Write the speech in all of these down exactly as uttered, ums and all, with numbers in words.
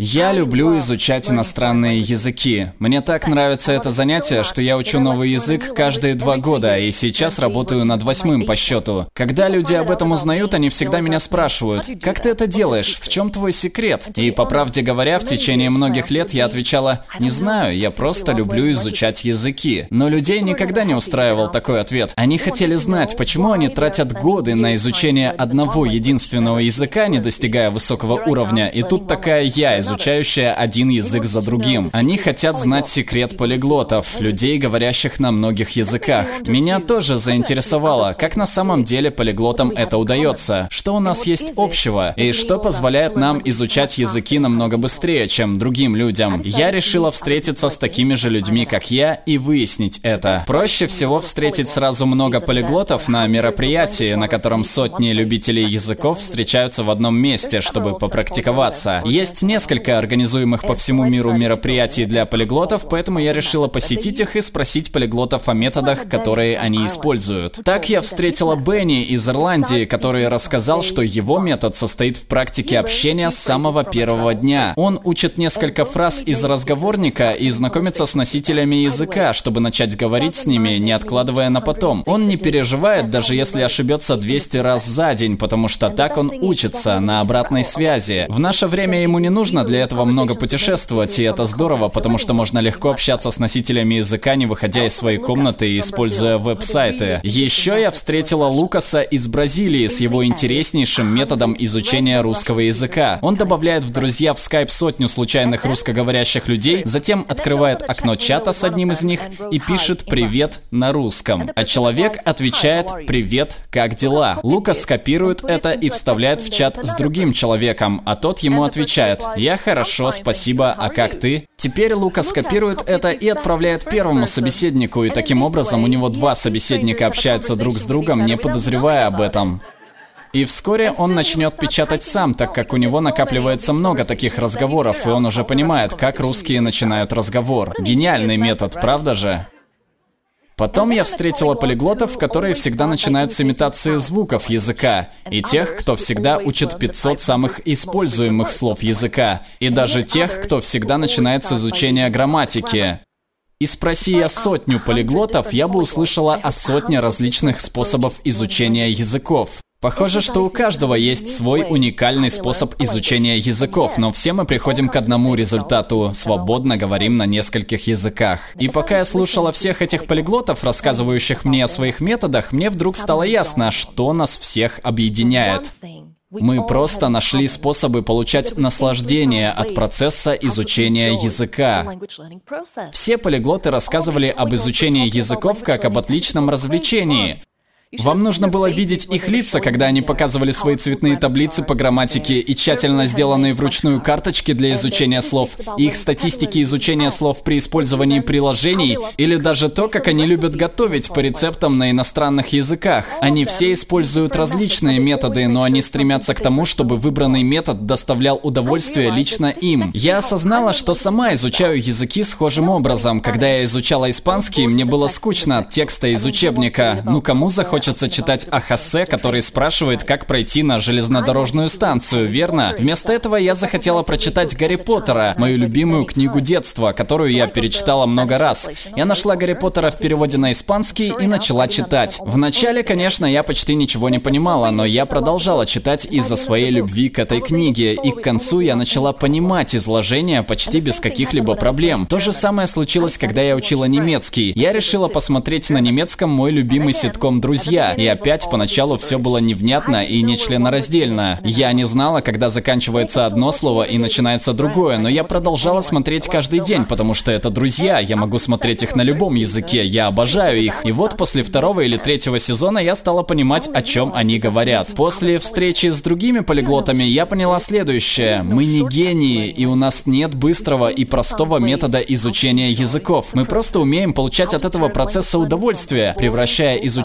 Я люблю изучать иностранные языки. Мне так нравится это занятие, что я учу новый язык каждые два года, и сейчас работаю над восьмым по счету. Когда люди об этом узнают, они всегда меня спрашивают: «Как ты это делаешь? В чем твой секрет?» И по правде говоря, в течение многих лет я отвечала: «Не знаю, я просто люблю изучать языки». Но людей никогда не устраивал такой ответ. Они хотели знать, почему они тратят годы на изучение одного единственного языка, не достигая высокого уровня, и тут такая я, изучающая один язык за другим. Они хотят знать секрет полиглотов, людей, говорящих на многих языках. Меня тоже заинтересовало, как на самом деле полиглотам это удается, что у нас есть общего, и что позволяет нам изучать языки намного быстрее, чем другим людям. Я решила встретиться с такими же людьми, как я, и выяснить это. Проще всего встретить сразу много полиглотов на мероприятии, на котором сотни любителей языков встречаются в одном месте, чтобы попрактиковаться. Есть несколько организуемых по всему миру мероприятий для полиглотов, поэтому я решила посетить их и спросить полиглотов о методах, которые они используют. Так я встретила Бенни из Ирландии, который рассказал, что его метод состоит в практике общения с самого первого дня. Он учит несколько фраз из разговорника и знакомится с носителями языка, чтобы начать говорить с ними, не откладывая на потом. Он не переживает, даже если ошибется двести раз за день, потому что так он учится на обратной связи. В наше время ему не нужно для этого много путешествовать, и это здорово, потому что можно легко общаться с носителями языка, не выходя из своей комнаты и используя веб-сайты. Еще я встретила Лукаса из Бразилии с его интереснейшим методом изучения русского языка. Он добавляет в друзья в Skype сотню случайных русскоговорящих людей, затем открывает окно чата с одним из них и пишет «Привет» на русском. А человек отвечает «Привет, как дела?». Лукас скопирует это и вставляет в чат с другим человеком, а тот ему отвечает: «Я хорошо, спасибо, а как ты?». Теперь Лукас скопирует это и отправляет первому собеседнику, и таким образом у него два собеседника общаются друг с другом, не подозревая об этом. И вскоре он начнет печатать сам, так как у него накапливается много таких разговоров, и он уже понимает, как русские начинают разговор. Гениальный метод, правда же? Потом я встретила полиглотов, которые всегда начинают с имитации звуков языка, и тех, кто всегда учит пятьсот самых используемых слов языка, и даже тех, кто всегда начинает с изучения грамматики. И спроси я сотню полиглотов, я бы услышала о сотне различных способов изучения языков. Похоже, что у каждого есть свой уникальный способ изучения языков, но все мы приходим к одному результату – свободно говорим на нескольких языках. И пока я слушала всех этих полиглотов, рассказывающих мне о своих методах, мне вдруг стало ясно, что нас всех объединяет. Мы просто нашли способы получать наслаждение от процесса изучения языка. Все полиглоты рассказывали об изучении языков как об отличном развлечении. Вам нужно было видеть их лица, когда они показывали свои цветные таблицы по грамматике и тщательно сделанные вручную карточки для изучения слов, и их статистики изучения слов при использовании приложений, или даже то, как они любят готовить по рецептам на иностранных языках. Они все используют различные методы, но они стремятся к тому, чтобы выбранный метод доставлял удовольствие лично им. Я осознала, что сама изучаю языки схожим образом. Когда я изучала испанский, мне было скучно от текста из учебника. Ну кому захочется Хочется читать о Хосе, который спрашивает, как пройти на железнодорожную станцию, верно? Вместо этого я захотела прочитать Гарри Поттера, мою любимую книгу детства, которую я перечитала много раз. Я нашла Гарри Поттера в переводе на испанский и начала читать. Вначале, конечно, я почти ничего не понимала, но я продолжала читать из-за своей любви к этой книге, и к концу я начала понимать изложение почти без каких-либо проблем. То же самое случилось, когда я учила немецкий. Я решила посмотреть на немецком мой любимый ситком «Друзья». И опять поначалу все было невнятно и нечленораздельно. Я не знала, когда заканчивается одно слово и начинается другое, но я продолжала смотреть каждый день, потому что это друзья, я могу смотреть их на любом языке, я обожаю их. И вот после второго или третьего сезона я стала понимать, о чем они говорят. После встречи с другими полиглотами я поняла следующее: мы не гении, и у нас нет быстрого и простого метода изучения языков. Мы просто умеем получать от этого процесса удовольствие, превращая изучение языков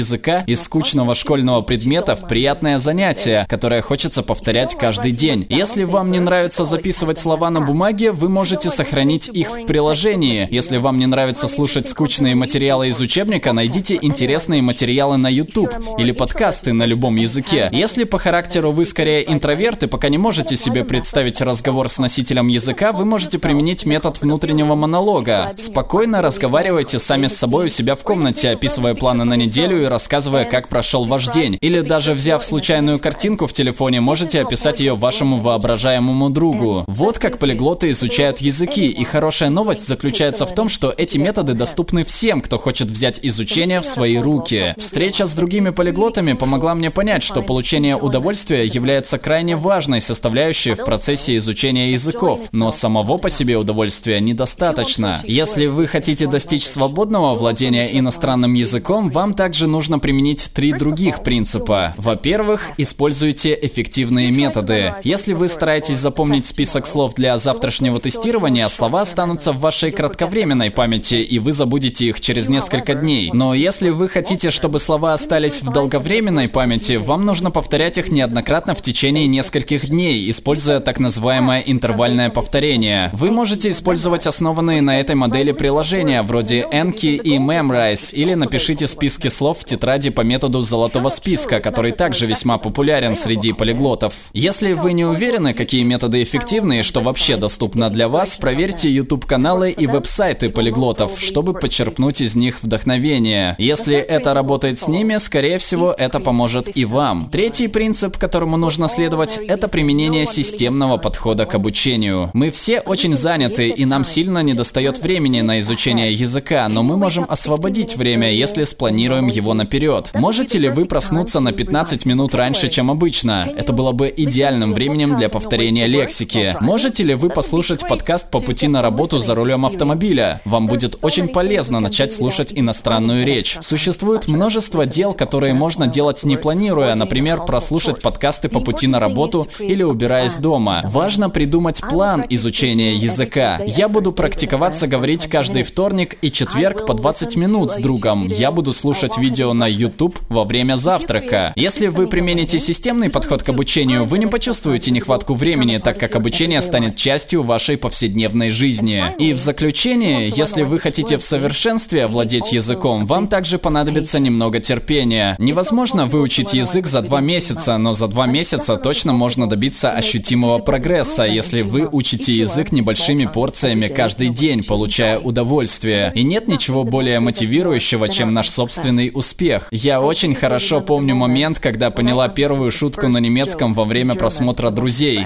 языка из скучного школьного предмета в приятное занятие, которое хочется повторять каждый день. Если вам не нравится записывать слова на бумаге, вы можете сохранить их в приложении. Если вам не нравится слушать скучные материалы из учебника, найдите интересные материалы на YouTube или подкасты на любом языке. Если по характеру вы скорее интроверт и пока не можете себе представить разговор с носителем языка, вы можете применить метод внутреннего монолога. Спокойно разговаривайте сами с собой у себя в комнате, описывая планы на неделю и рассказывая, как прошел ваш день. Или даже взяв случайную картинку в телефоне, можете описать ее вашему воображаемому другу. Вот как полиглоты изучают языки, и хорошая новость заключается в том, что эти методы доступны всем, кто хочет взять изучение в свои руки. Встреча с другими полиглотами помогла мне понять, что получение удовольствия является крайне важной составляющей в процессе изучения языков, но самого по себе удовольствия недостаточно. Если вы хотите достичь свободного владения иностранным языком, вам также нужно применить три других принципа. Во-первых, используйте эффективные методы. Если вы стараетесь запомнить список слов для завтрашнего тестирования, слова останутся в вашей кратковременной памяти, и вы забудете их через несколько дней. Но если вы хотите, чтобы слова остались в долговременной памяти, вам нужно повторять их неоднократно в течение нескольких дней, используя так называемое интервальное повторение. Вы можете использовать основанные на этой модели приложения, вроде Anki и Memrise, или напишите списки слов в тетради по методу золотого списка, который также весьма популярен среди полиглотов. Если вы не уверены, какие методы эффективны и что вообще доступно для вас, проверьте YouTube-каналы и веб-сайты полиглотов, чтобы подчерпнуть из них вдохновение. Если это работает с ними, скорее всего, это поможет и вам. Третий принцип, которому нужно следовать, это применение системного подхода к обучению. Мы все очень заняты, и нам сильно недостает времени на изучение языка, но мы можем освободить время, если спланируем его наперед. Можете ли вы проснуться на пятнадцать минут раньше, чем обычно? Это было бы идеальным временем для повторения лексики. Можете ли вы послушать подкаст по пути на работу за рулем автомобиля? Вам будет очень полезно начать слушать иностранную речь. Существует множество дел, которые можно делать не планируя, например, прослушать подкасты по пути на работу или убираясь дома. Важно придумать план изучения языка. Я буду практиковаться говорить каждый вторник и четверг по двадцать минут с другом. Я буду слушать видео на YouTube во время завтрака. Если вы примените системный подход к обучению, вы не почувствуете нехватку времени, так как обучение станет частью вашей повседневной жизни. И в заключение, если вы хотите в совершенстве овладеть языком, вам также понадобится немного терпения. Невозможно выучить язык за два месяца, но за два месяца точно можно добиться ощутимого прогресса, если вы учите язык небольшими порциями каждый день, получая удовольствие. И нет ничего более мотивирующего, чем наш собственный успех. Я очень хорошо помню момент, когда поняла первую шутку на немецком во время просмотра «Друзей».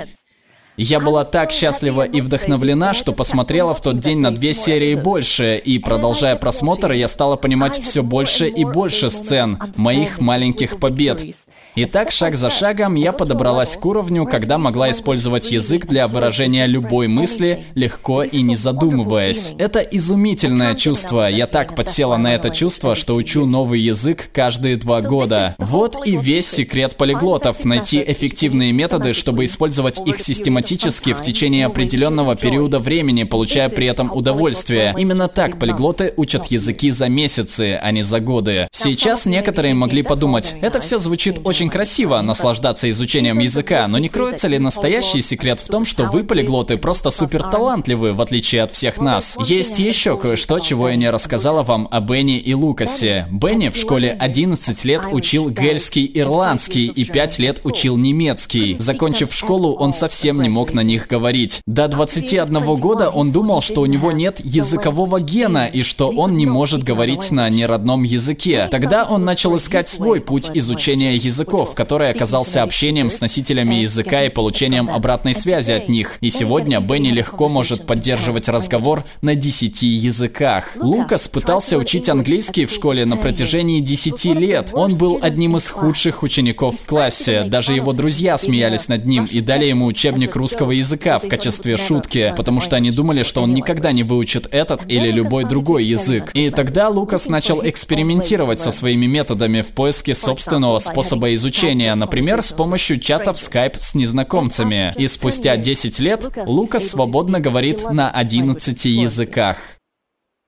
Я была так счастлива и вдохновлена, что посмотрела в тот день на две серии больше, и, продолжая просмотр, я стала понимать все больше и больше сцен моих маленьких побед. И так, шаг за шагом, я подобралась к уровню, когда могла использовать язык для выражения любой мысли, легко и не задумываясь. Это изумительное чувство. Я так подсела на это чувство, что учу новый язык каждые два года. Вот и весь секрет полиглотов — найти эффективные методы, чтобы использовать их систематически в течение определенного периода времени, получая при этом удовольствие. Именно так полиглоты учат языки за месяцы, а не за годы. Сейчас некоторые могли подумать, это все звучит очень красиво, наслаждаться изучением языка, но не кроется ли настоящий секрет в том, что вы, полиглоты, просто супер талантливы, в отличие от всех нас? Есть еще кое-что, чего я не рассказала вам о Бенни и Лукасе. Бенни в школе одиннадцать лет учил гельский ирландский и пять лет учил немецкий. Закончив школу, он совсем не мог на них говорить. До двадцати одного года он думал, что у него нет языкового гена и что он не может говорить на неродном языке. Тогда он начал искать свой путь изучения языков, который оказался общением с носителями языка и получением обратной связи от них. И сегодня Бенни легко может поддерживать разговор на десяти языках. Лукас пытался учить английский в школе на протяжении десяти лет. Он был одним из худших учеников в классе. Даже его друзья смеялись над ним и дали ему учебник русского языка в качестве шутки, потому что они думали, что он никогда не выучит этот или любой другой язык. И тогда Лукас начал экспериментировать со своими методами в поиске собственного способа изучения. Изучения, например, с помощью чатов Skype с незнакомцами. И спустя десять лет Лукас свободно говорит на одиннадцати языках.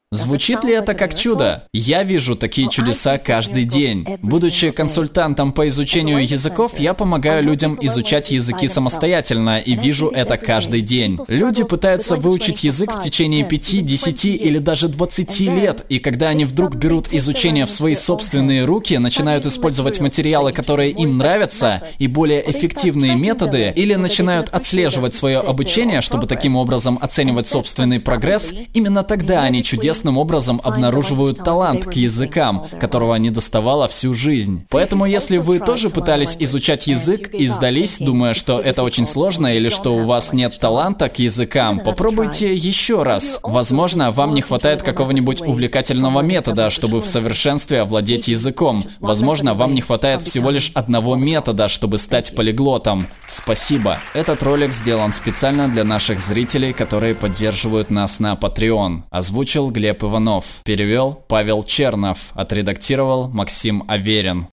Звучит ли это как чудо? Я вижу такие чудеса каждый день. Будучи консультантом по изучению языков, я помогаю людям изучать языки самостоятельно и вижу это каждый день. Люди пытаются выучить язык в течение пяти, десяти или даже двадцати лет, и когда они вдруг берут изучение в свои собственные руки, начинают использовать материалы, которые им нравятся, и более эффективные методы, или начинают отслеживать свое обучение, чтобы таким образом оценивать собственный прогресс, именно тогда они чудесно образом обнаруживают талант к языкам, которого не доставало всю жизнь. Поэтому, если вы тоже пытались изучать язык и сдались, думая, что это очень сложно или что у вас нет таланта к языкам, попробуйте еще раз. Возможно, вам не хватает какого-нибудь увлекательного метода, чтобы в совершенстве овладеть языком. Возможно, вам не хватает всего лишь одного метода, чтобы стать полиглотом. Спасибо. Этот ролик сделан специально для наших зрителей, которые поддерживают нас на Patreon. Озвучил Глеб Иванов. Перевел Павел Чернов. Отредактировал Максим Аверин.